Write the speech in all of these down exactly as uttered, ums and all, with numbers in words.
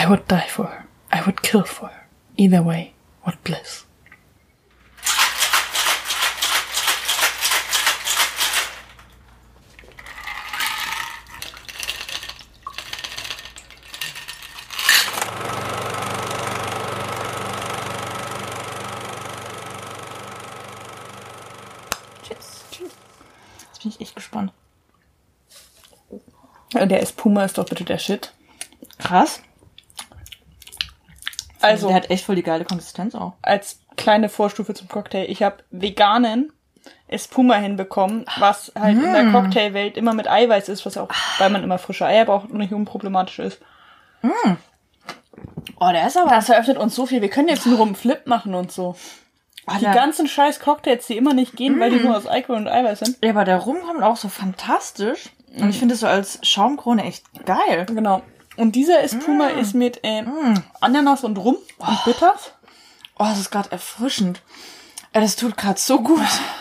I would die for her. I would kill for her. Either way, what bliss. Jetzt bin ich echt gespannt. Der Espuma ist doch bitte der Shit. Krass. Also, der hat echt voll die geile Konsistenz auch. Als kleine Vorstufe zum Cocktail. Ich habe veganen Espuma hinbekommen, was halt mm. in der Cocktailwelt immer mit Eiweiß ist, was auch, weil man immer frische Eier braucht und nicht unproblematisch ist. Mm. Oh, der ist aber... Das eröffnet uns so viel. Wir können jetzt nur rum Flip machen und so. Oh, die ganzen scheiß Cocktails, die immer nicht gehen, mm. weil die nur aus Alkohol und Eiweiß sind. Ja, aber der Rum kommt auch so fantastisch. Und ich finde es so als Schaumkrone echt geil. Genau. Und dieser Espuma mm. ist mit äh, mm. Ananas und Rum oh. und Bitters. Oh, das ist gerade erfrischend. Äh, das tut gerade so gut.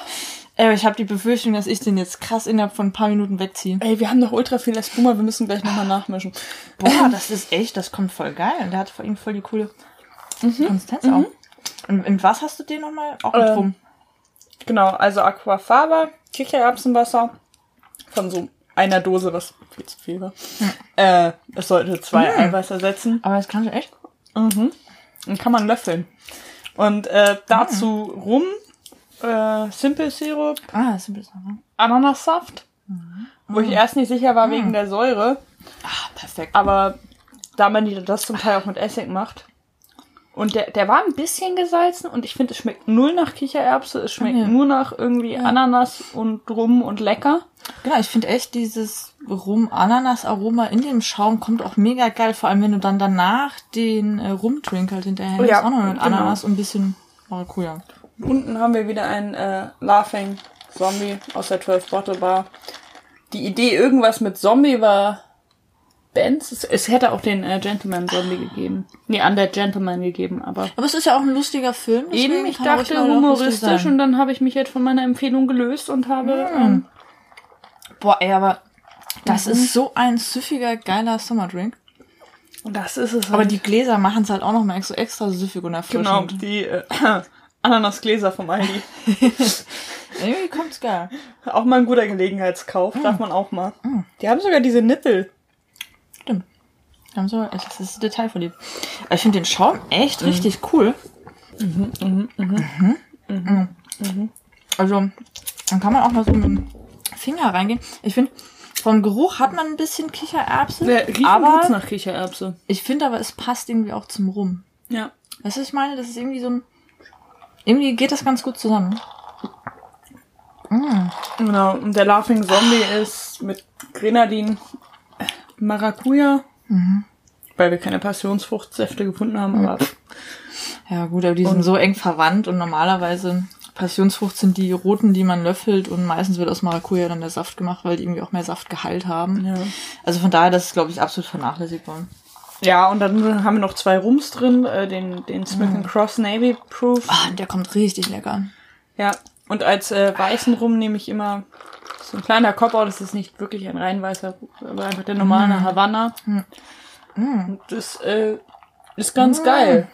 Äh, ich habe die Befürchtung, dass ich den jetzt krass innerhalb von ein paar Minuten wegziehe. Ey, wir haben noch ultra viel Espuma, wir müssen gleich nochmal nachmischen. Boah, das ist echt, das kommt voll geil. Und der hat vor allem voll die coole mhm. Konsistenz mhm. auch. Und in was hast du den nochmal? Auch mit ähm, Rum? Genau, also Aquafaba, Kichererbsenwasser von so einer Dose, was viel zu viel war. Hm. Äh, es sollte zwei hm. Eiweiß ersetzen. Aber das kannst du echt? Mhm. Dann kann man löffeln. Und äh, dazu hm. Rum, äh, Simple Syrup, ah, Simple Syrup, Ananassaft, mhm. wo ich erst nicht sicher war wegen mhm. der Säure. Ah, perfekt. Aber da man die das zum Teil auch mit Essig macht. Und der, der war ein bisschen gesalzen und ich finde, es schmeckt null nach Kichererbse, es schmeckt ja. nur nach irgendwie ja. Ananas und Rum und lecker. Genau, ich finde echt dieses Rum-Ananas-Aroma in dem Schaum kommt auch mega geil, vor allem wenn du dann danach den äh, Rum-Drink halt hinterher hast, ja, auch noch mit genau. Ananas und ein bisschen Maracuja. Unten haben wir wieder einen äh, Laughing Zombie aus der zwölf Bottle Bar. Die Idee irgendwas mit Zombie war Benz. Es, es hätte auch den äh, Gentleman Zombie gegeben. Nee, Undead Gentleman gegeben, aber... Aber es ist ja auch ein lustiger Film. Eben, ich dachte humoristisch und dann habe ich mich jetzt von meiner Empfehlung gelöst und habe... Mhm. Ähm, Boah, ey, aber das mhm. ist so ein süffiger, geiler Sommerdrink. Und das ist es halt. Aber die Gläser machen es halt auch noch mal so extra süffig und erfrischend. Genau, die äh, Ananasgläser vom Aldi. Irgendwie kommt's geil. Auch mal ein guter Gelegenheitskauf, mm. darf man auch mal. Mm. Die haben sogar diese Nippel. Stimmt. Die haben sogar, das ist detailverliebt. Aber ich finde den Schaum echt mm. richtig cool. Mhm, mhm, mhm. Mhm. Mhm. Mhm. Also, dann kann man auch mal so mit dem Finger reingehen. Ich finde, vom Geruch hat man ein bisschen Kichererbse. Der riecht aber gut nach Kichererbse. Ich finde aber, es passt irgendwie auch zum Rum. Ja. Weißt du, was ich meine? Das ist irgendwie so ein... Irgendwie geht das ganz gut zusammen. Mm. Genau, und der Laughing Zombie ist mit Grenadin, Maracuja, mhm. weil wir keine Passionsfruchtsäfte gefunden haben, mhm. aber... Ja gut, aber die sind so eng verwandt und normalerweise Passionsfrucht sind die roten, die man löffelt und meistens wird aus Maracuja dann der Saft gemacht, weil die irgendwie auch mehr Saftgehalt haben. Ja. Also von daher, das ist, glaube ich, absolut vernachlässigbar. Ja, und dann haben wir noch zwei Rums drin, äh, den, den Smith mm. and Cross Navy Proof. Ah, der kommt richtig lecker. Ja, und als äh, weißen Rum nehme ich immer so ein kleiner Cop-Out, das ist nicht wirklich ein rein weißer, aber einfach der normale mm. Havanna. Mm. Und das äh, ist ganz mm. geil.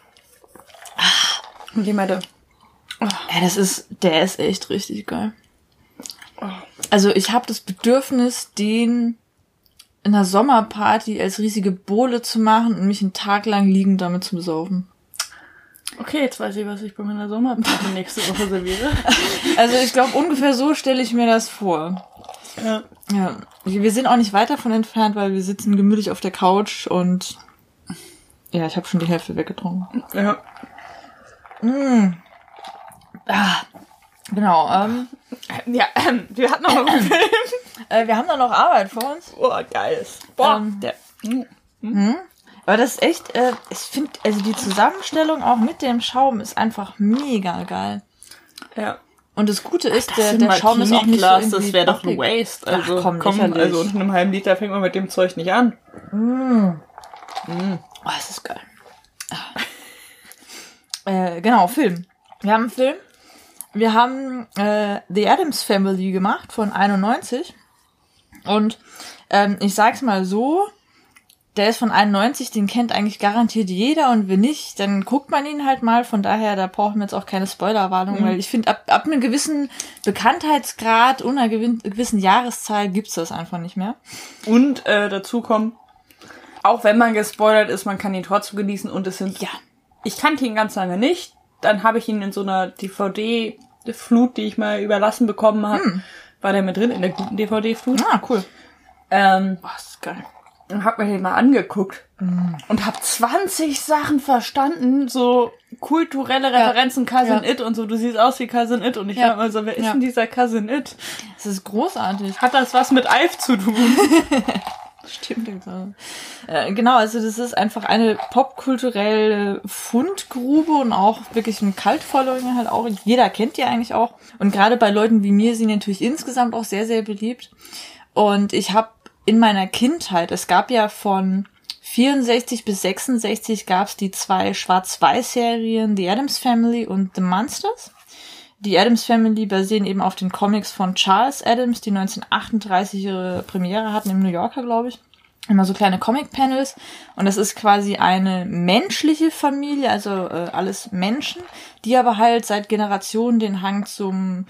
Und die meinte, oh. Ja, das ist, der ist echt richtig geil. Oh. Also ich habe das Bedürfnis, den in einer Sommerparty als riesige Bowle zu machen und mich einen Tag lang liegend damit zu besaufen. Okay, jetzt weiß ich, was ich bei meiner Sommerparty nächste Woche serviere. Also ich glaube, ungefähr so stelle ich mir das vor. Ja. Ja. Wir sind auch nicht weit davon entfernt, weil wir sitzen gemütlich auf der Couch und ja, ich habe schon die Hälfte weggetrunken. Ja. Mmh. Ah, genau. Ähm, ja, ähm, wir hatten auch noch einen Film. Äh, wir haben da noch Arbeit vor uns. Boah, geil. Boah, ähm, der. Hm. Hm. Aber das ist echt, äh, ich finde, also die Zusammenstellung auch mit dem Schaum ist einfach mega geil. Ja. Und das Gute ist, Ach, das der, der Schaum ist auch nicht so irgendwie das wäre doch ein Waste. Also, Ach, komm, komm also unter einem halben Liter fängt man mit dem Zeug nicht an. Mm. Mm. Oh, das ist geil. Ah. Äh, genau, Film. Wir haben einen Film. Wir haben äh, The Addams Family gemacht von einundneunzig. Und ähm, ich sag's mal so, der ist von einundneunzig, den kennt eigentlich garantiert jeder und wenn nicht, dann guckt man ihn halt mal. Von daher, da brauchen wir jetzt auch keine Spoilerwarnung, mhm. weil ich finde, ab, ab einem gewissen Bekanntheitsgrad und einer gewissen Jahreszahl gibt's das einfach nicht mehr. Und äh, dazu kommt, auch wenn man gespoilert ist, man kann ihn trotzdem genießen und es sind, ja, ich kannte ihn ganz lange nicht, dann habe ich ihn in so einer D V D-Flut, die ich mal überlassen bekommen habe, hm. war der mit drin, in der guten D V D-Flut. Ah, cool. Ähm, oh, ist geil. Und hab mir den mal angeguckt mm. und hab zwanzig Sachen verstanden, so kulturelle Referenzen, ja. Cousin ja. It und so. Du siehst aus wie Cousin It und ich ja. war immer so, wer ist ja. denn dieser Cousin It? Das ist großartig. Hat das was mit Alf zu tun? Stimmt. Äh, genau, also das ist einfach eine popkulturelle Fundgrube und auch wirklich ein Cult-Following halt auch. Jeder kennt die eigentlich auch. Und gerade bei Leuten wie mir sind die natürlich insgesamt auch sehr, sehr beliebt. Und ich habe in meiner Kindheit, es gab ja von vierundsechzig bis sechsundsechzig gab es die zwei Schwarz-Weiß-Serien The Addams Family und The Munsters. Die Addams Family basieren eben auf den Comics von Charles Addams, die neunzehnhundertachtunddreißig ihre Premiere hatten im New Yorker, glaube ich. Immer so kleine Comic-Panels. Und das ist quasi eine menschliche Familie, also äh, alles Menschen, die aber halt seit Generationen den Hang zum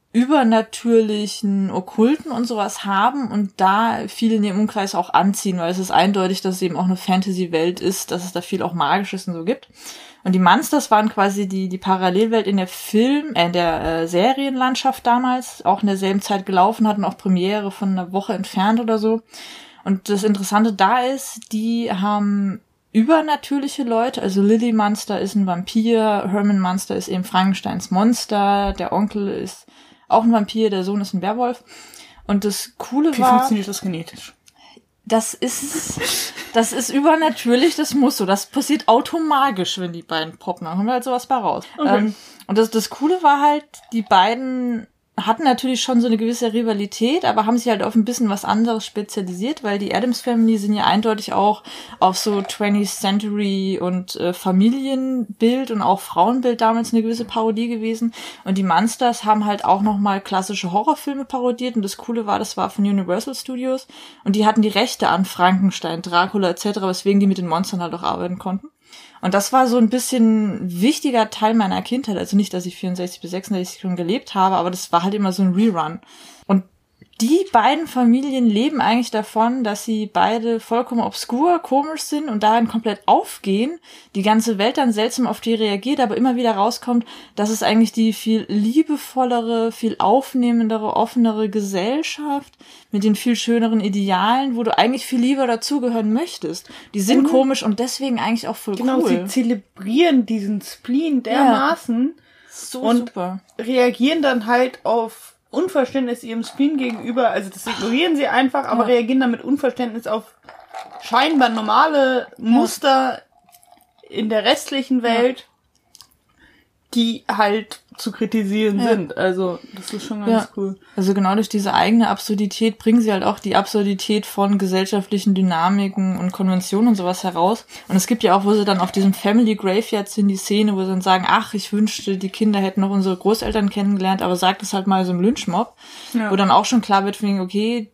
übernatürlichen, okkulten und sowas haben und da viele in ihrem Umkreis auch anziehen, weil es ist eindeutig, dass es eben auch eine Fantasy-Welt ist, dass es da viel auch Magisches und so gibt. Und die Munsters waren quasi die die Parallelwelt in der Film, äh, in der äh, Serienlandschaft damals, auch in derselben Zeit gelaufen, hatten auch Premiere von einer Woche entfernt oder so. Und das Interessante da ist, die haben übernatürliche Leute, also Lily Munster ist ein Vampir, Herman Munster ist eben Frankensteins Monster, der Onkel ist auch ein Vampir, der Sohn ist ein Werwolf. Und das Coole Wie war... Wie funktioniert das genetisch? Das ist, das ist übernatürlich, das muss so. Das passiert automagisch, wenn die beiden poppen. Dann haben wir halt sowas bei raus. Okay. Ähm, und das, das Coole war halt, die beiden hatten natürlich schon so eine gewisse Rivalität, aber haben sich halt auf ein bisschen was anderes spezialisiert, weil die Addams Family sind ja eindeutig auch auf so twentieth Century und äh, Familienbild und auch Frauenbild damals eine gewisse Parodie gewesen. Und die Munsters haben halt auch nochmal klassische Horrorfilme parodiert. Und das Coole war, das war von Universal Studios. Und die hatten die Rechte an Frankenstein, Dracula et cetera, weswegen die mit den Monstern halt auch arbeiten konnten. Und das war so ein bisschen ein wichtiger Teil meiner Kindheit. Also nicht, dass ich vierundsechzig bis sechsundsechzig schon gelebt habe, aber das war halt immer so ein Rerun. Und die beiden Familien leben eigentlich davon, dass sie beide vollkommen obskur, komisch sind und darin komplett aufgehen. Die ganze Welt dann seltsam auf die reagiert, aber immer wieder rauskommt, dass es eigentlich die viel liebevollere, viel aufnehmendere, offenere Gesellschaft mit den viel schöneren Idealen, wo du eigentlich viel lieber dazugehören möchtest. Die sind mhm. komisch und deswegen eigentlich auch voll genau, cool. Genau, sie zelebrieren diesen Spleen dermaßen ja. so und super. reagieren dann halt auf Unverständnis ihrem Spleen gegenüber, also das ignorieren sie einfach, aber ja. reagieren dann mit Unverständnis auf scheinbar normale Muster ja. in der restlichen Welt, ja. die halt zu kritisieren ja. sind. Also das ist schon ganz ja. cool. Also genau durch diese eigene Absurdität bringen sie halt auch die Absurdität von gesellschaftlichen Dynamiken und Konventionen und sowas heraus. Und es gibt ja auch, wo sie dann auf diesem Family Graveyard sind, die Szene, wo sie dann sagen, ach, ich wünschte, die Kinder hätten noch unsere Großeltern kennengelernt, aber sagt es halt mal so im Lynchmob, ja. wo dann auch schon klar wird, okay,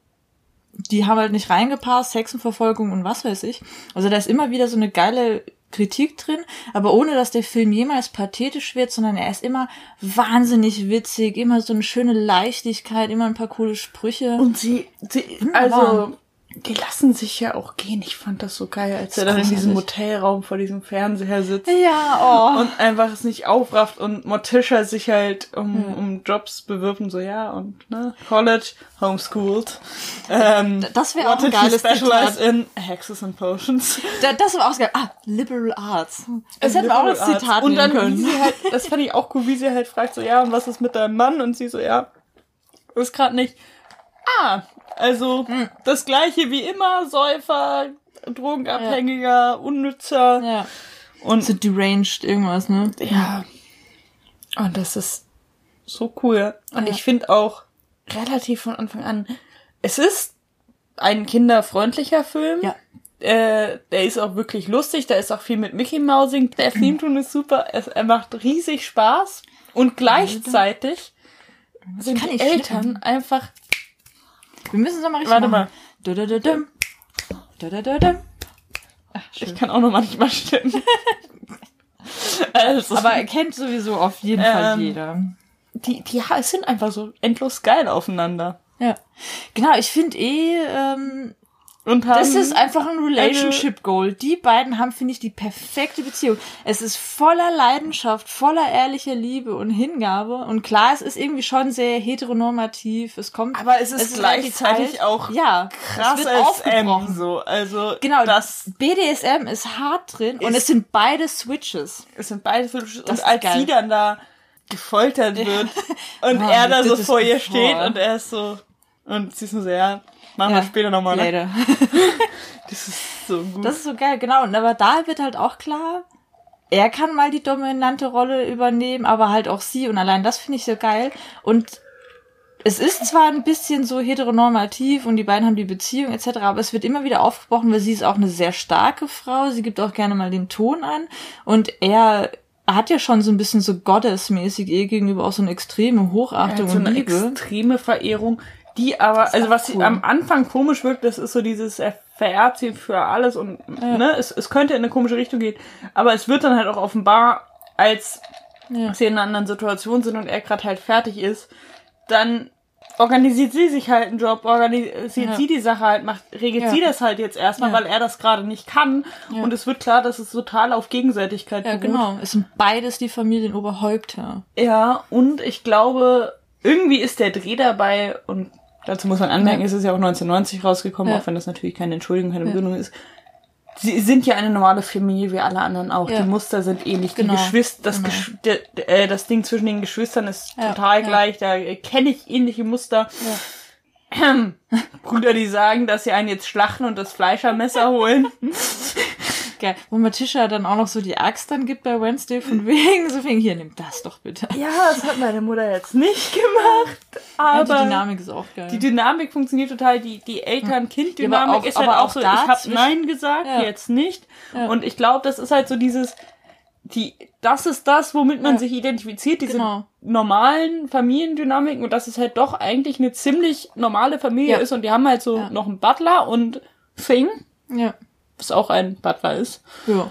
die haben halt nicht reingepasst, Hexenverfolgung und was weiß ich. Also da ist immer wieder so eine geile Kritik drin, aber ohne, dass der Film jemals pathetisch wird, sondern er ist immer wahnsinnig witzig, immer so eine schöne Leichtigkeit, immer ein paar coole Sprüche. Und sie, sie also, die lassen sich ja auch gehen. Ich fand das so geil, als er dann in diesem Motelraum vor diesem Fernseher sitzt. Ja, oh. Und einfach es nicht aufrafft und Morticia sich halt um, ja. um Jobs bewirbt und so, ja, und, ne, College, homeschooled. Ähm, das wäre auch ein geiles Specialized in Hexes and Potions. Da, das war auch geil. Ah, Liberal Arts. Das hätten wir auch als Zitat und dann, können. Wie sie halt, das fand ich auch cool, wie sie halt fragt, so, ja, und was ist mit deinem Mann? Und sie so, ja, ist gerade nicht. Ah, also hm. das gleiche wie immer, Säufer, Drogenabhängiger, ja. Unnützer. Ja. Und so deranged irgendwas, ne? Ja. Und das ist so cool. Und ja. ich finde auch relativ von Anfang an, es ist ein kinderfreundlicher Film. Ja. Äh, der ist auch wirklich lustig, da ist auch viel mit Mickey Mousing. Der Theme-Tune ist super, es, er macht riesig Spaß. Und gleichzeitig das sind die Eltern schlippen. einfach... Wir müssen es nochmal richtig Warte machen. mal. Da, da, da, da. Da, da, da, da. Ach, ich kann auch noch manchmal stimmen. Also, aber kennt sowieso auf jeden ähm, Fall jeder. Die, die sind einfach so endlos geil aufeinander. Ja. Genau, ich finde eh, ähm, Und haben, das ist einfach ein Relationship Goal. Die beiden haben, finde ich, die perfekte Beziehung. Es ist voller Leidenschaft, voller ehrlicher Liebe und Hingabe. Und klar, es ist irgendwie schon sehr heteronormativ. Es kommt, aber es ist, es ist gleichzeitig auch ja, krass es wird S M aufgebrochen. so. Also Genau, das B D S M ist hart drin und es sind beide Switches. Es sind beide Switches. Das Und ist als geil. sie dann da gefoltert wird und Mom, er da you so did this vor ihr before. steht und er ist so und sie ist nur so, ja, machen wir Ja, später nochmal. Ne? Later. Das ist so gut. Das ist so geil, genau. Und aber da wird halt auch klar, er kann mal die dominante Rolle übernehmen, aber halt auch sie. Und allein das finde ich so geil. Und es ist zwar ein bisschen so heteronormativ und die beiden haben die Beziehung et cetera, aber es wird immer wieder aufgebrochen, weil sie ist auch eine sehr starke Frau. Sie gibt auch gerne mal den Ton an. Und er hat ja schon so ein bisschen so Goddess-mäßig ihr gegenüber auch so eine extreme Hochachtung so und eine Liebe. extreme Verehrung, die aber, also was cool. am Anfang komisch wirkt, das ist so dieses, er verehrt sie für alles und Ja. ne, es, es könnte in eine komische Richtung gehen, aber es wird dann halt auch offenbar, als Ja. sie in einer anderen Situation sind und er gerade halt fertig ist, dann organisiert sie sich halt einen Job, organisiert Ja. sie die Sache halt, macht, regelt Ja. sie das halt jetzt erstmal, Ja. weil er das gerade nicht kann Ja. und es wird klar, dass es total auf Gegenseitigkeit Ja, beruht. genau. Es sind beides die Familienoberhäupter. Ja, und ich glaube, irgendwie ist der Dreh dabei, und dazu muss man anmerken, Ja. es ist ja auch neunzehnhundertneunzig rausgekommen, Ja. auch wenn das natürlich keine Entschuldigung, keine Ja. Begründung ist. Sie sind ja eine normale Familie wie alle anderen auch. Ja. Die Muster sind ähnlich. Genau. Die Geschwister, das, Genau. Gesch der, äh, das Ding zwischen den Geschwistern ist Ja. total Ja. gleich. Da kenne ich ähnliche Muster. Ähm, Brüder, die sagen, dass sie einen jetzt schlachten und das Fleischermesser holen. Geil. Wo Matisha dann auch noch so die Axt dann gibt bei Wednesday von wegen, so wegen, hier, nimm das doch bitte. Ja, das hat meine Mutter jetzt nicht gemacht. Aber Ja, die Dynamik ist auch geil. Die Dynamik funktioniert total, die, die Eltern-Kind-Dynamik Ja, aber auch- ist halt aber auch auch so, da ich habe zwischen- Nein gesagt, Ja. jetzt nicht. Ja. Und ich glaube, das ist halt so dieses, die, das ist das, womit man Ja. sich identifiziert, diese Genau. normalen Familiendynamiken und dass es halt doch eigentlich eine ziemlich normale Familie Ja. ist und die haben halt so Ja. noch einen Butler und Thing, Ja. was auch ein Butler ist. Ja.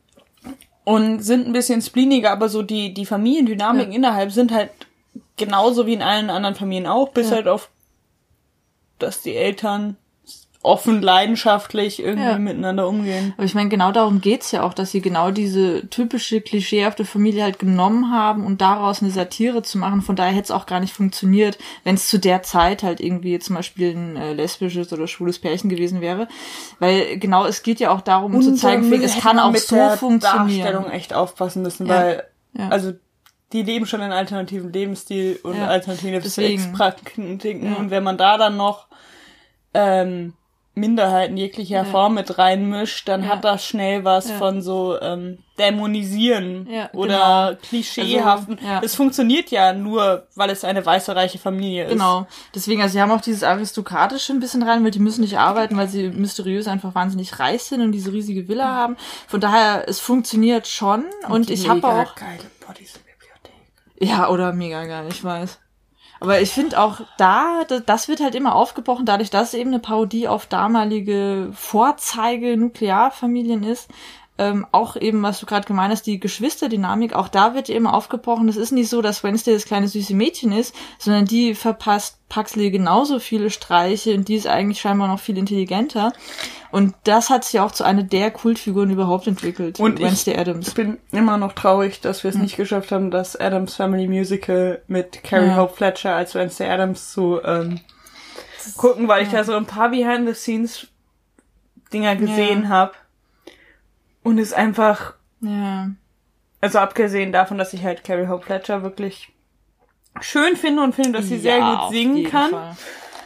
Und sind ein bisschen spleeniger, aber so die, die Familiendynamiken Ja. innerhalb sind halt genauso wie in allen anderen Familien auch, bis Ja. halt auf, dass die Eltern offen, leidenschaftlich irgendwie Ja. miteinander umgehen. Aber ich meine, genau darum geht's ja auch, dass sie genau diese typische, klischeehafte Familie halt genommen haben und daraus eine Satire zu machen. Von daher hätte es auch gar nicht funktioniert, wenn es zu der Zeit halt irgendwie zum Beispiel ein äh, lesbisches oder schwules Pärchen gewesen wäre. Weil genau, es geht ja auch darum, um zu zeigen, da es hätte kann man auch mit so der funktionieren. Darstellung echt aufpassen müssen, Ja. weil, Ja. also, die leben schon einen alternativen Lebensstil und Ja. alternative Deswegen. Sexpraktiken. Ja. Und wenn man da dann noch ähm, Minderheiten jeglicher Ja. Form mit reinmischt, dann Ja. hat das schnell was Ja. von so ähm, Dämonisieren Ja, oder genau. klischeehaften. Also, ja. Es funktioniert ja nur, weil es eine weiße, reiche Familie ist. Genau. Deswegen, also sie haben auch dieses Aristokratische ein bisschen rein, weil die müssen nicht arbeiten, weil sie mysteriös einfach wahnsinnig reich sind und diese riesige Villa haben. Von daher, es funktioniert schon. Und, die ich habe mega auch... geile Bodies in der Bibliothek. Ja, oder mega geil, ich weiß. Aber ich finde auch da, das, das wird halt immer aufgebrochen, dadurch, dass es eben eine Parodie auf damalige Vorzeige-Nuklearfamilien ist. Ähm, auch eben, was du gerade gemeint hast, die Geschwisterdynamik, auch da wird ja immer aufgebrochen. Das ist nicht so, dass Wednesday das kleine süße Mädchen ist, sondern die verpasst Pugsley genauso viele Streiche und die ist eigentlich scheinbar noch viel intelligenter. Und das hat sich auch zu einer der Kultfiguren überhaupt entwickelt. Und Wednesday ich, Adams. ich bin immer noch traurig, dass wir es nicht geschafft haben, das Adams Family Musical mit Carrie Ja. Hope Fletcher als Wednesday Adams zu ähm, gucken, weil ich da so ein paar Behind-the-Scenes-Dinger gesehen Ja. habe. Und es einfach, Ja. also abgesehen davon, dass ich halt Carrie Hope Fletcher wirklich schön finde und finde, dass sie sehr Ja, gut auf singen jeden kann. Fall.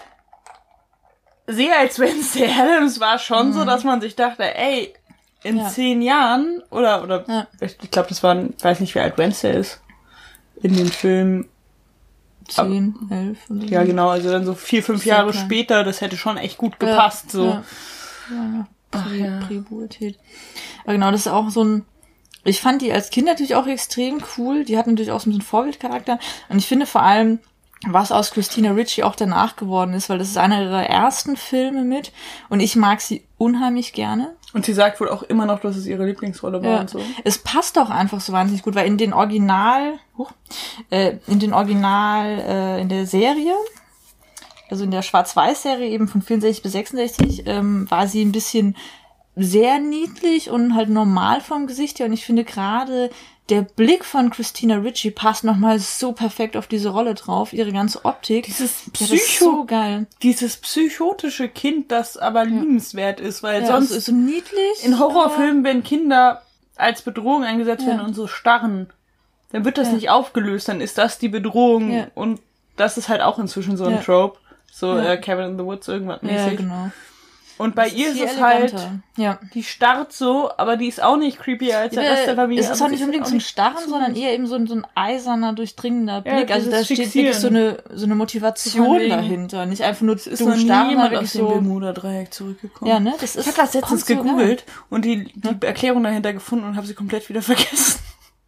Sie als Wednesday Adams war schon so, dass man sich dachte, ey, in Ja. zehn Jahren, oder, oder, Ja. ich, ich glaube, das waren, ich weiß nicht, wie alt Wednesday ist, in dem Film. Zehn, elf oder so. Ja, genau, also dann so vier, fünf Sehr Jahre klein. später, das hätte schon echt gut gepasst, so. Ja, ja. Ach, Prä- ja. Präpubertät. Aber genau, das ist auch so ein, ich fand die als Kind natürlich auch extrem cool. Die hatten natürlich auch so einen Vorbildcharakter. Und ich finde vor allem, was aus Christina Ricci auch danach geworden ist, weil das ist einer ihrer ersten Filme mit. Und ich mag sie unheimlich gerne. Und sie sagt wohl auch immer noch, dass es ihre Lieblingsrolle war Ja. und so. Es passt auch einfach so wahnsinnig gut, weil in den Original, huch, äh, in den Original, äh, in der Serie, also in der Schwarz-Weiß-Serie eben von vierundsechzig bis sechsundsechzig, ähm, war sie ein bisschen sehr niedlich und halt normal vom Gesicht her. Und ich finde gerade der Blick von Christina Ricci passt nochmal so perfekt auf diese Rolle drauf, ihre ganze Optik. Dieses Ja, das ist so geil. Dieses psychotische Kind, das aber liebenswert ist, weil Ja, sonst also ist so niedlich. in Horrorfilmen, wenn Kinder als Bedrohung eingesetzt Ja. werden und so starren, dann wird das Ja. nicht aufgelöst, dann ist das die Bedrohung. Ja. Und das ist halt auch inzwischen so ein Ja. Trope. So Ja. äh, Cabin in the Woods, irgendwas Ja, mäßig. genau. Und bei Das ihr ist viel es halt, eleganter. Ja. die starrt so, aber die ist auch nicht creepier als der Rest der Familie. Es ist aber auch sie nicht unbedingt auch so ein nicht Starren, zu- sondern eher eben so ein, so ein eiserner, durchdringender Blick. Also da dieses steht Fixieren. wirklich so eine, so eine Motivation Von wegen. dahinter. Nicht einfach nur Es ist du noch nie starren, jemand sondern aus wirklich dem so. Bermuda-Dreieck zurückgekommen. Ja, ne? Das ist, Ich habe das letztens passt so gegoogelt und die, die Erklärung dahinter gefunden und habe sie komplett wieder vergessen.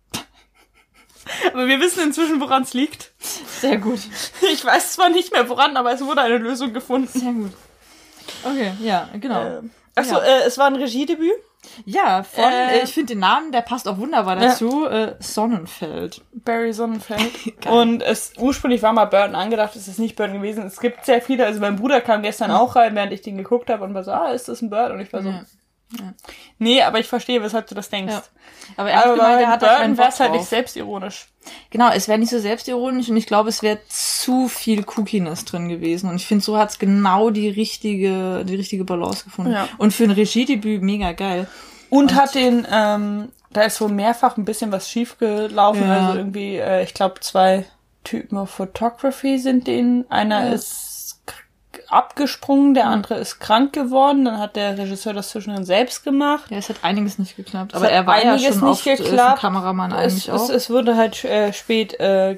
Aber wir wissen inzwischen, woran es liegt. Sehr gut. Ich weiß zwar nicht mehr woran, aber es wurde eine Lösung gefunden. Sehr gut. Okay, ja, genau. Ähm, Achso, Ja. äh, es war ein Regiedebüt. Ja, von, äh, äh, ich finde den Namen, der passt auch wunderbar Ja. dazu, äh, Sonnenfeld. Barry Sonnenfeld. Geil. Und es ursprünglich war mal Burton angedacht, es ist nicht Burton gewesen. Es gibt sehr viele, also mein Bruder kam gestern auch rein, während ich den geguckt habe und war so, ah, ist das ein Burton? Und ich war so, Ja. Ja. nee, aber ich verstehe, weshalb du das denkst. Ja. Aber er hat Aber gemeint, bei er hat da Burton keinen wäre Bock es halt drauf. nicht selbstironisch. Genau, es wäre nicht so selbstironisch und ich glaube, es wäre zu viel Cookiness drin gewesen. Und ich finde, so hat's genau die richtige, die richtige Balance gefunden. Ja. Und für ein Regiedebüt mega geil. Und, hat den, ähm, da ist wohl mehrfach ein bisschen was schief gelaufen. Ja. Also irgendwie, äh, ich glaube, zwei Typen auf Photography sind denen. Einer Ja. ist k- abgesprungen, der andere ist krank geworden. Dann hat der Regisseur das zwischendrin selbst gemacht. Ja, es hat einiges nicht geklappt. Es Aber hat er war ja einiges schon nicht oft äh, geklappt. ein Kameramann Es, eigentlich es, auch. es wurde halt äh, spät äh,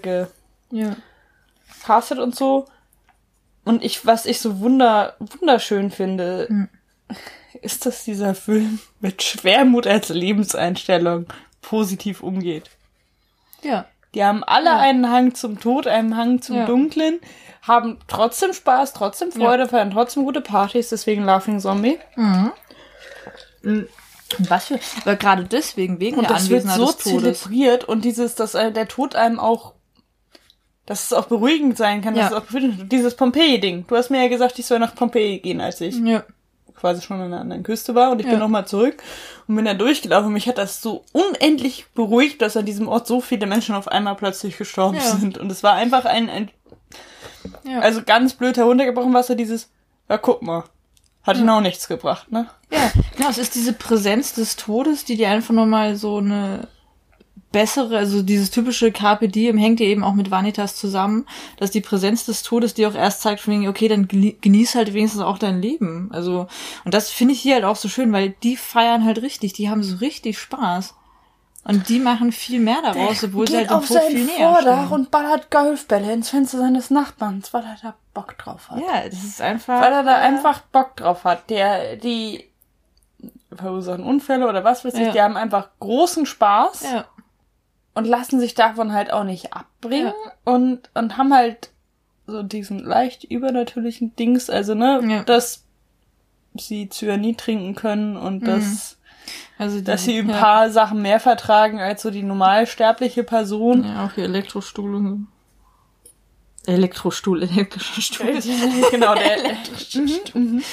gecastet Ja. und so. Und ich, was ich so wunder, wunderschön finde, Hm. ist, dass dieser Film mit Schwermut als Lebenseinstellung positiv umgeht. Ja. Die haben alle Ja. einen Hang zum Tod, einen Hang zum Ja. Dunklen, haben trotzdem Spaß, trotzdem Freude, feiern trotzdem gute Partys, deswegen Laughing Zombie. Mhm. Und was für, aber gerade deswegen, wegen Und der das wird Anwesenheit so des Todes. zelebriert und dieses, dass äh, der Tod einem auch, dass es auch beruhigend sein kann, dass Ja. es auch befriedigend- dieses Pompeji-Ding. Du hast mir ja gesagt, ich soll nach Pompeji gehen, als ich Ja. quasi schon an der anderen Küste war und ich Ja. bin nochmal zurück und bin da durchgelaufen und mich hat das so unendlich beruhigt, dass an diesem Ort so viele Menschen auf einmal plötzlich gestorben Ja. sind und es war einfach ein, ein Ja. also ganz blöd heruntergebrochen, was so dieses, ja guck mal, hat ihnen auch nichts gebracht, ne? Ja, genau, es ist diese Präsenz des Todes, die dir einfach nochmal so eine bessere, also dieses typische Carpe Diem hängt ja eben auch mit Vanitas zusammen, dass die Präsenz des Todes dir auch erst zeigt, von wegen, okay, dann geni- genieß halt wenigstens auch dein Leben. Also, und das finde ich hier halt auch so schön, weil die feiern halt richtig, die haben so richtig Spaß. Und die machen viel mehr daraus, obwohl sie halt dem Tod viel näher stehen. und ballert Golfbälle ins Fenster seines Nachbarns, weil er da Bock drauf hat. Ja, das ist einfach... Weil er da einfach Bock drauf hat. Der, die verursachen Unfälle oder was weiß ich, Ja. die haben einfach großen Spaß Ja, und lassen sich davon halt auch nicht abbringen und, und haben halt so diesen leicht übernatürlichen Dings, also ne, Ja. dass sie Cyanid trinken können und dass, also die, dass sie ein ja. paar Sachen mehr vertragen als so die normalsterbliche Person. Ja, auch hier Elektrostuhl und so. Elektrostuhl, elektrischer Stuhl. Genau, der elektrische Stuhl. Mhm.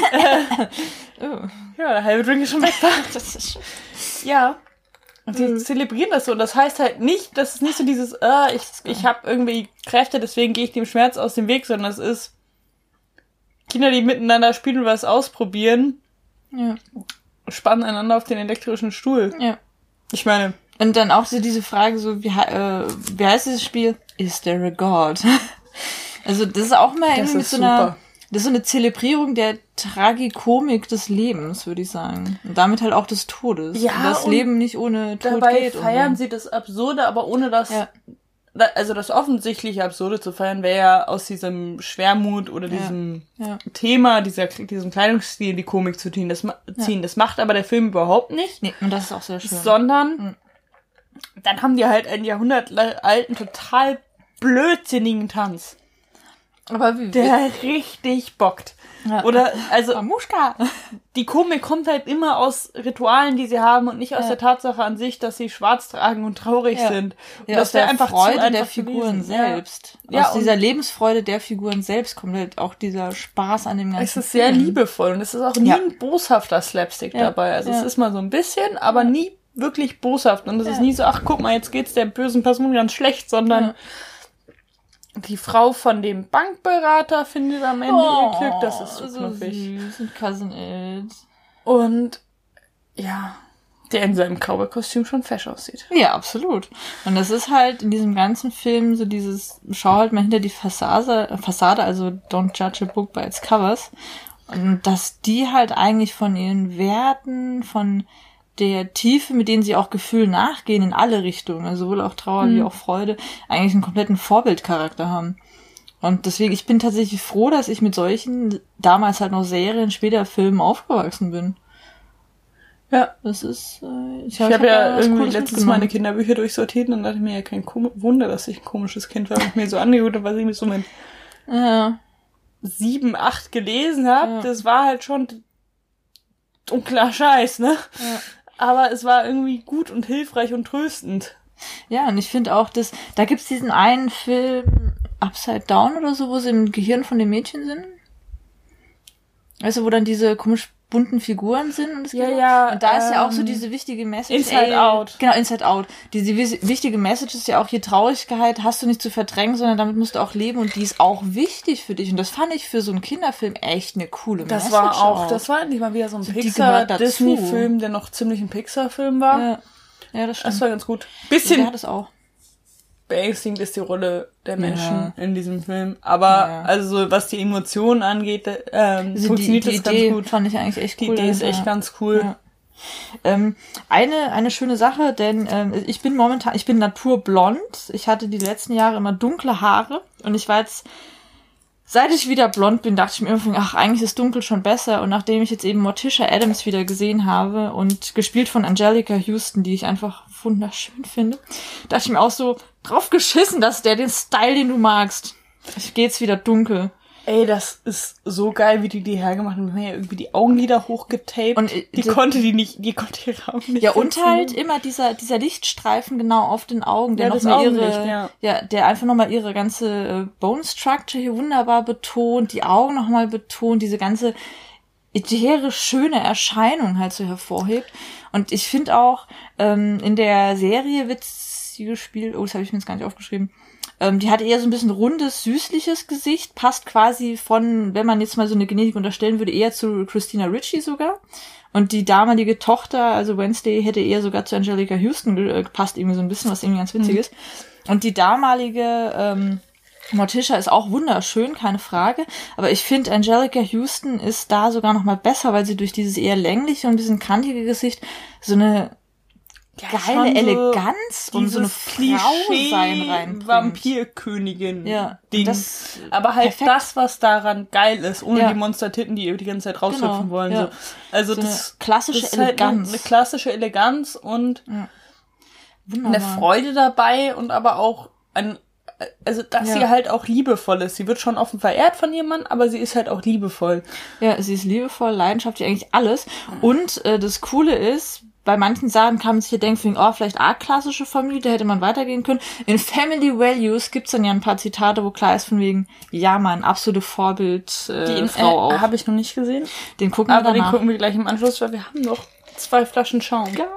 Oh, Ja, der halbe Drink ist schon weg. das ist schon... Ja. Und die zelebrieren das so. Und das heißt halt nicht, dass es nicht so dieses, äh, ich, ich habe irgendwie Kräfte, deswegen gehe ich dem Schmerz aus dem Weg, sondern es ist Kinder, die miteinander spielen und was ausprobieren, Ja, spannen einander auf den elektrischen Stuhl. ja. Ich meine, Und dann auch so diese Frage so, wie, he- äh, wie heißt dieses Spiel? Is there a God? Also das ist auch mal Das irgendwie ist so eine, super. das ist so eine Zelebrierung der Tragikomik des Lebens, würde ich sagen. Und damit halt auch des Todes. Ja, und das und Leben nicht ohne Tod dabei geht. feiern und so. sie das Absurde, aber ohne das, Ja. da- also das offensichtliche Absurde zu feiern, wäre ja aus diesem Schwermut oder Ja. diesem Ja. Thema, dieser, diesem Kleidungsstil die Komik zu ziehen. Das, ma- ziehen. Das macht aber der Film überhaupt nicht. Nee, und das ist auch sehr schön. Sondern Mhm. dann haben die halt einen jahrhundertalten, total blödsinnigen Tanz. Aber wie? Der richtig bockt. Ja. Oder, also, Mamuschka. die Komik kommt halt immer aus Ritualen, die sie haben und nicht aus Ja. der Tatsache an sich, dass sie schwarz tragen und traurig Ja. sind. Und Ja, das aus der wäre einfach Freude zu einfach der Figuren gewesen. selbst. Ja. Aus Ja, und dieser Lebensfreude der Figuren selbst kommt halt auch dieser Spaß an dem ganzen es ist sehr Film. liebevoll und es ist auch nie Ja. ein boshafter Slapstick Ja. dabei. Also Ja. es ist mal so ein bisschen, aber nie wirklich boshaft. Und es ist Ja. nie so, ach guck mal, jetzt geht's der bösen Person ganz schlecht, sondern Ja. die Frau von dem Bankberater findet am Ende ihr Glück. Das ist so so knuffig. süß. Und Cousin Ed. Und ja, der in seinem Cowboy-Kostüm schon fesch aussieht. Ja, absolut. Und das ist halt in diesem ganzen Film so dieses, schau halt mal hinter die Fassade, äh, Fassade, also don't judge a book by its covers. Und dass die halt eigentlich von ihren Werten, von der Tiefe, mit denen sie auch Gefühl nachgehen in alle Richtungen, also sowohl auch Trauer wie auch Freude, eigentlich einen kompletten Vorbildcharakter haben. Und deswegen, ich bin tatsächlich froh, dass ich mit solchen, damals halt noch Serien, später Filmen aufgewachsen bin. Ja. Das ist, äh, Ich, hab- habe hab ja da was irgendwie Cooles letztens mitgenommen. meine Kinderbücher durchsortiert und dann dachte ich mir ja kein Kom- Wunder, dass ich ein komisches Kind war und mir so angeguckt habe, was ich mit so mit Ja. sieben, acht gelesen habe. Ja. Das war halt schon dunkler Scheiß, ne? Ja. Aber es war irgendwie gut und hilfreich und tröstend. Ja, und ich finde auch, dass, da gibt's diesen einen Film, Upside Down oder so, wo sie im Gehirn von dem Mädchen sind. Weißt du, wo dann diese komisch bunten Figuren sind und es Ja, geht- ja, Und da ist ja auch so ähm, diese wichtige Message. Inside ey, Out. Genau, Inside Out. Diese wis- wichtige Message ist ja auch, hier Traurigkeit hast du nicht zu verdrängen, sondern damit musst du auch leben und die ist auch wichtig für dich. Und das fand ich für so einen Kinderfilm echt eine coole Das Message. war auch, das war endlich mal wieder so ein Die gehört dazu. Pixar-Disney-Film, der noch ziemlich ein Pixar-Film war. Ja, ja das stimmt. Das war ganz gut. Der Bisschen hat es auch. beängstigend ist die Rolle der Menschen Ja. in diesem Film. Aber Ja. also so, was die Emotionen angeht, ähm, Also die, funktioniert die das Idee ganz gut. fand ich eigentlich echt Die cool. Idee ist echt ja. ganz cool. Ja. Ähm, eine, eine schöne Sache, denn ähm, ich bin momentan, ich bin naturblond. Ich hatte die letzten Jahre immer dunkle Haare und ich war jetzt, seit ich wieder blond bin, dachte ich mir irgendwie, ach, eigentlich ist dunkel schon besser. Und nachdem ich jetzt eben Morticia Addams wieder gesehen habe und gespielt von Angelica Houston, die ich einfach wunderschön finde, dachte ich mir auch so, drauf geschissen, dass der den Style, den du magst. Ich gehe jetzt wieder dunkel. Ey, das ist so geil, wie die die hergemacht haben. Die haben ja irgendwie die Augenlider hochgetaped. Und, äh, die das- konnte die nicht, die konnte ihre Augen nicht Ja, und finden. halt immer dieser, dieser Lichtstreifen genau auf den Augen, der Ja, das nochmal ihre, Augenlicht, ja. ja, der einfach nochmal ihre ganze äh, Bone Structure hier wunderbar betont, die Augen nochmal betont, diese ganze ätherisch schöne Erscheinung halt so hervorhebt. Und ich finde auch, ähm, in der Serie wird sie gespielt, oh, das habe ich mir jetzt gar nicht aufgeschrieben, ähm, die hat eher so ein bisschen rundes, süßliches Gesicht, passt quasi von, wenn man jetzt mal so eine Genetik unterstellen würde, eher zu Christina Ricci sogar. Und die damalige Tochter, also Wednesday, hätte eher sogar zu Angelica Houston ge- gepasst, irgendwie so ein bisschen, was irgendwie ganz witzig ist. Und die damalige ähm, Morticia ist auch wunderschön, keine Frage. Aber ich finde, Angelica Houston ist da sogar noch mal besser, weil sie durch dieses eher längliche und ein bisschen kantige Gesicht so eine Ja, geile schon so Eleganz und so eine Frau sein reinbringt. Vampirkönigin. Ja, Ding. das- aber halt perfekt. das, was daran geil ist, ohne Ja. die Monstertitten, die die ganze Zeit raushüpfen Genau, wollen. ja. So. Also So das, eine klassische das ist halt eine, Eleganz. eine klassische Eleganz und Wunderbar. eine Freude dabei und aber auch ein, also dass Ja. sie halt auch liebevoll ist. Sie wird schon offen verehrt von jemandem, aber sie ist halt auch liebevoll. Ja, sie ist liebevoll, leidenschaftlich, eigentlich alles. Und äh, das Coole ist, bei manchen Sachen kann man sich hier denken, oh, vielleicht arg klassische Familie, da hätte man weitergehen können. In Family Values gibt's dann ja ein paar Zitate, wo klar ist von wegen, ja, man, absolute Vorbild äh, Die Frau auch. habe ich noch nicht gesehen, Den gucken aber wir den danach. gucken wir gleich im Anschluss, weil wir haben noch zwei Flaschen Schaum. Geil.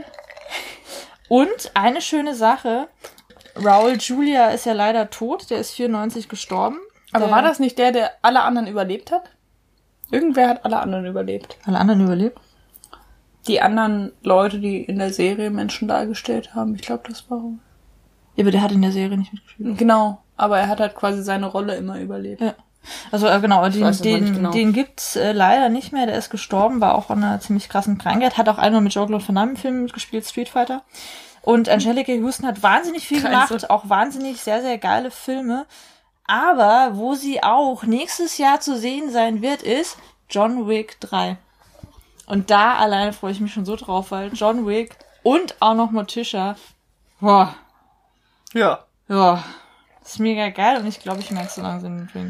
Und eine schöne Sache, Raul Julia ist ja leider tot, der ist vierundneunzig gestorben. Aber der, war das nicht der, der alle anderen überlebt hat? Irgendwer hat alle anderen überlebt. Alle anderen überlebt? Die anderen Leute, die in der Serie Menschen dargestellt haben. Ich glaube, das war... Ja, aber der hat in der Serie nicht mitgespielt. Genau. Aber er hat halt quasi seine Rolle immer überlebt. Ja. Also äh, genau, den, weiß es noch den, nicht genau. den gibt's äh, leider nicht mehr. Der ist gestorben, war auch an einer ziemlich krassen Krankheit. Hat auch einmal mit Jean-Claude Van Damme im Film mitgespielt, Street Fighter. Und Angelica Houston hat wahnsinnig viel Kreise. gemacht, auch wahnsinnig sehr, sehr geile Filme. Aber wo sie auch nächstes Jahr zu sehen sein wird, ist John Wick drei. Und da alleine freue ich mich schon so drauf, weil John Wick und auch noch Morticia, boah, Ja. ja, das ist mega geil und ich glaube, ich merke so langsam den Drink.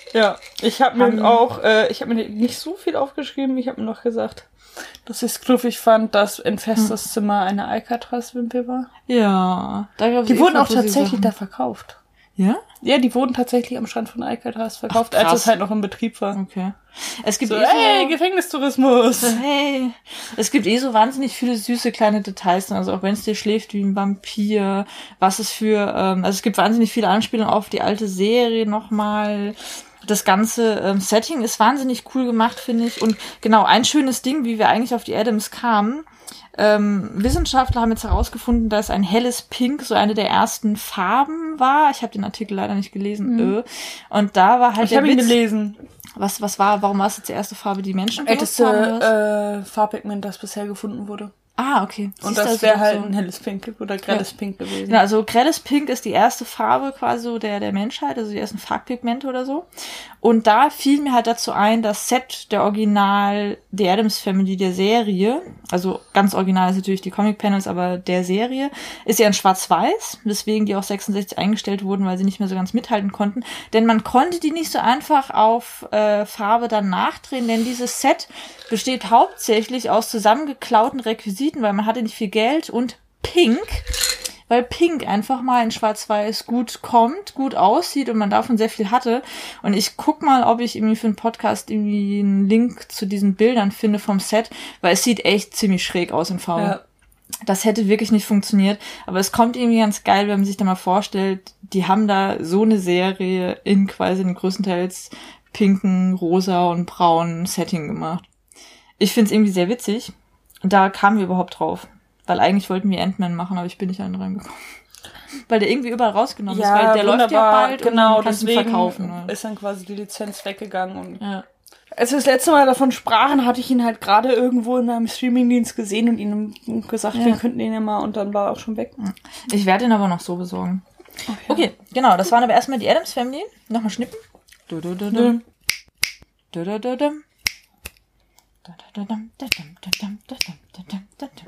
Ja, ich habe mir auch, äh, ich habe mir nicht so viel aufgeschrieben, ich habe mir noch gesagt, dass ich es knuffig fand, dass in Festes hm. Zimmer eine Alcatraz-Wimpel war. Ja. Da gab's die eh wurden auch tatsächlich da verkauft. Ja? Ja, die wurden tatsächlich am Strand von Alcatraz verkauft, Ach, als es halt noch im Betrieb war. Okay. Es gibt so, eh so, hey, Gefängnistourismus. So, hey. Es gibt eh so wahnsinnig viele süße kleine Details, also auch wenn es dir schläft wie ein Vampir, was es für, ähm, also es gibt wahnsinnig viele Anspielungen auf die alte Serie nochmal. Das ganze ähm, Setting ist wahnsinnig cool gemacht, finde ich. Und genau, ein schönes Ding, wie wir eigentlich auf die Addams kamen. Ähm, Wissenschaftler haben jetzt herausgefunden, dass ein helles Pink so eine der ersten Farben war. Ich habe den Artikel leider nicht gelesen. Mhm. Äh. Und da war halt ich der Witz. Ich habe ihn gelesen. Was, was war, warum war es jetzt die erste Farbe, die Menschen benutzt haben? Älteste äh, Farbpigment, das bisher gefunden wurde. Ah, okay. Und das wäre halt so ein helles Pink oder grelles ja. Pink gewesen. Genau, also grelles Pink ist die erste Farbe quasi so der, der Menschheit, also die ersten Farbpigmente oder so. Und da fiel mir halt dazu ein, das Set der Original The Addams Family der Serie, also ganz original ist natürlich die Comic Panels, aber der Serie, ist ja in schwarz-weiß, weswegen die auch sechsundsechzig eingestellt wurden, weil sie nicht mehr so ganz mithalten konnten. Denn man konnte die nicht so einfach auf äh, Farbe dann nachdrehen, denn dieses Set besteht hauptsächlich aus zusammengeklauten Requisiten, weil man hatte nicht viel Geld und Pink, weil Pink einfach mal in Schwarz-Weiß gut kommt, gut aussieht und man davon sehr viel hatte. Und ich guck mal, ob ich irgendwie für einen Podcast irgendwie einen Link zu diesen Bildern finde vom Set, weil es sieht echt ziemlich schräg aus in Farbe. Ja. Das hätte wirklich nicht funktioniert, aber es kommt irgendwie ganz geil, wenn man sich da mal vorstellt, die haben da so eine Serie in quasi den größtenteils pinken, rosa und braunen Setting gemacht. Ich find's irgendwie sehr witzig. Und da kamen wir überhaupt drauf. Weil eigentlich wollten wir Ant-Man machen, aber ich bin nicht an den reingekommen. Weil der irgendwie überall rausgenommen ja, ist. Weil der wunderbar. läuft ja bald genau, und kannst ihn verkaufen. Deswegen ist dann quasi die Lizenz weggegangen. Und ja. Als wir das letzte Mal davon sprachen, hatte ich ihn halt gerade irgendwo in einem Streamingdienst gesehen und ihm gesagt, ja. wir könnten ihn ja mal, und dann war er auch schon weg. Ich werde ihn aber noch so besorgen. Okay, okay genau, das waren aber erstmal die Addams Family. Nochmal schnippen. Du, du, du, du. Du, du, du, du.